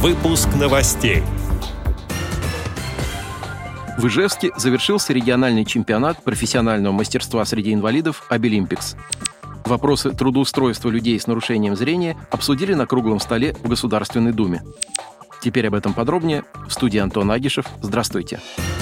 Выпуск новостей. В Ижевске завершился региональный чемпионат профессионального мастерства среди инвалидов «Обилимпикс». Вопросы трудоустройства людей с нарушением зрения обсудили на круглом столе в Государственной Думе. Теперь об этом подробнее. В студии Антон Агишев. Здравствуйте.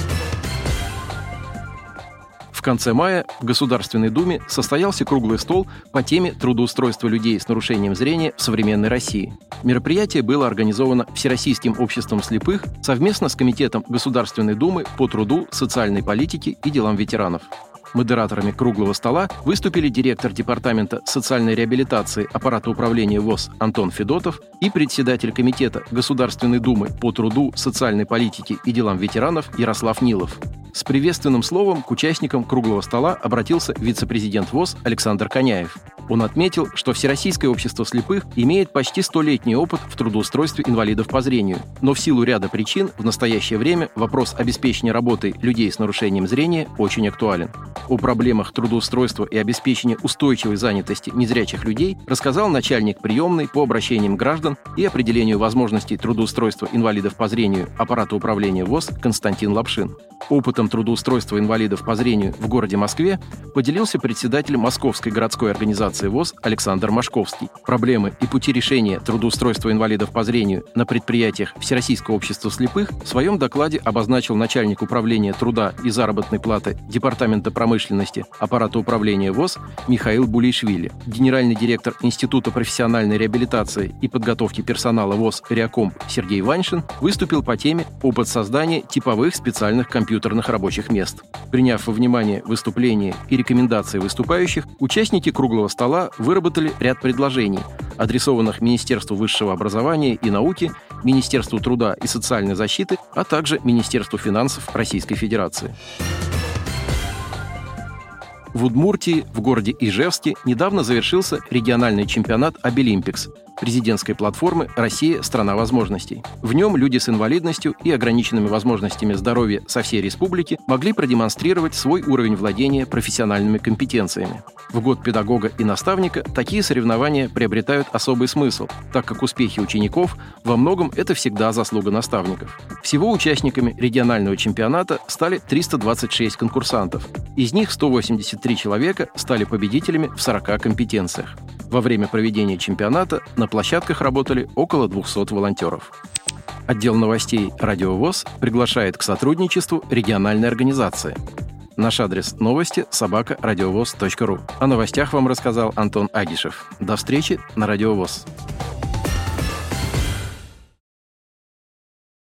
В конце мая в Государственной Думе состоялся круглый стол по теме трудоустройства людей с нарушением зрения в современной России. Мероприятие было организовано Всероссийским обществом слепых совместно с Комитетом Государственной Думы по труду, социальной политике и делам ветеранов. Модераторами круглого стола выступили директор Департамента социальной реабилитации аппарата управления ВОС Антон Федотов и председатель Комитета Государственной Думы по труду, социальной политике и делам ветеранов Ярослав Нилов. С приветственным словом к участникам круглого стола обратился вице-президент ВОС Александр Коняев. Он отметил, что Всероссийское общество слепых имеет почти 100-летний опыт в трудоустройстве инвалидов по зрению, но в силу ряда причин в настоящее время вопрос обеспечения работой людей с нарушением зрения очень актуален. О проблемах трудоустройства и обеспечения устойчивой занятости незрячих людей рассказал начальник приемной по обращениям граждан и определению возможностей трудоустройства инвалидов по зрению аппарата управления ВОС Константин Лапшин. Опытом трудоустройства инвалидов по зрению в городе Москве поделился председатель Московской городской организации ВОС Александр Машковский. Проблемы и пути решения трудоустройства инвалидов по зрению на предприятиях Всероссийского общества слепых в своем докладе обозначил начальник управления труда и заработной платы Департамента промышленности аппарата управления ВОС Михаил Булейшвили. Генеральный директор Института профессиональной реабилитации и подготовки персонала ВОС «Реакомп» Сергей Ваньшин выступил по теме «Опыт создания типовых специальных компьютерных рабочих мест». Приняв во внимание выступления и рекомендации выступающих, участники круглого стола выработали ряд предложений, адресованных Министерству высшего образования и науки, Министерству труда и социальной защиты, а также Министерству финансов Российской Федерации. В Удмуртии, в городе Ижевске, недавно завершился региональный чемпионат «Обилимпикс» президентской платформы «Россия – страна возможностей». В нем люди с инвалидностью и ограниченными возможностями здоровья со всей республики могли продемонстрировать свой уровень владения профессиональными компетенциями. В год педагога и наставника такие соревнования приобретают особый смысл, так как успехи учеников во многом это всегда заслуга наставников. Всего участниками регионального чемпионата стали 326 конкурсантов. Из них 183 человека стали победителями в 40 компетенциях. Во время проведения чемпионата на площадках работали около 200 волонтеров. Отдел новостей «Радио ВОС» приглашает к сотрудничеству региональной организации. Наш адрес новости@радиовоз.ру. О новостях вам рассказал Антон Агишев. До встречи на Радио ВОС.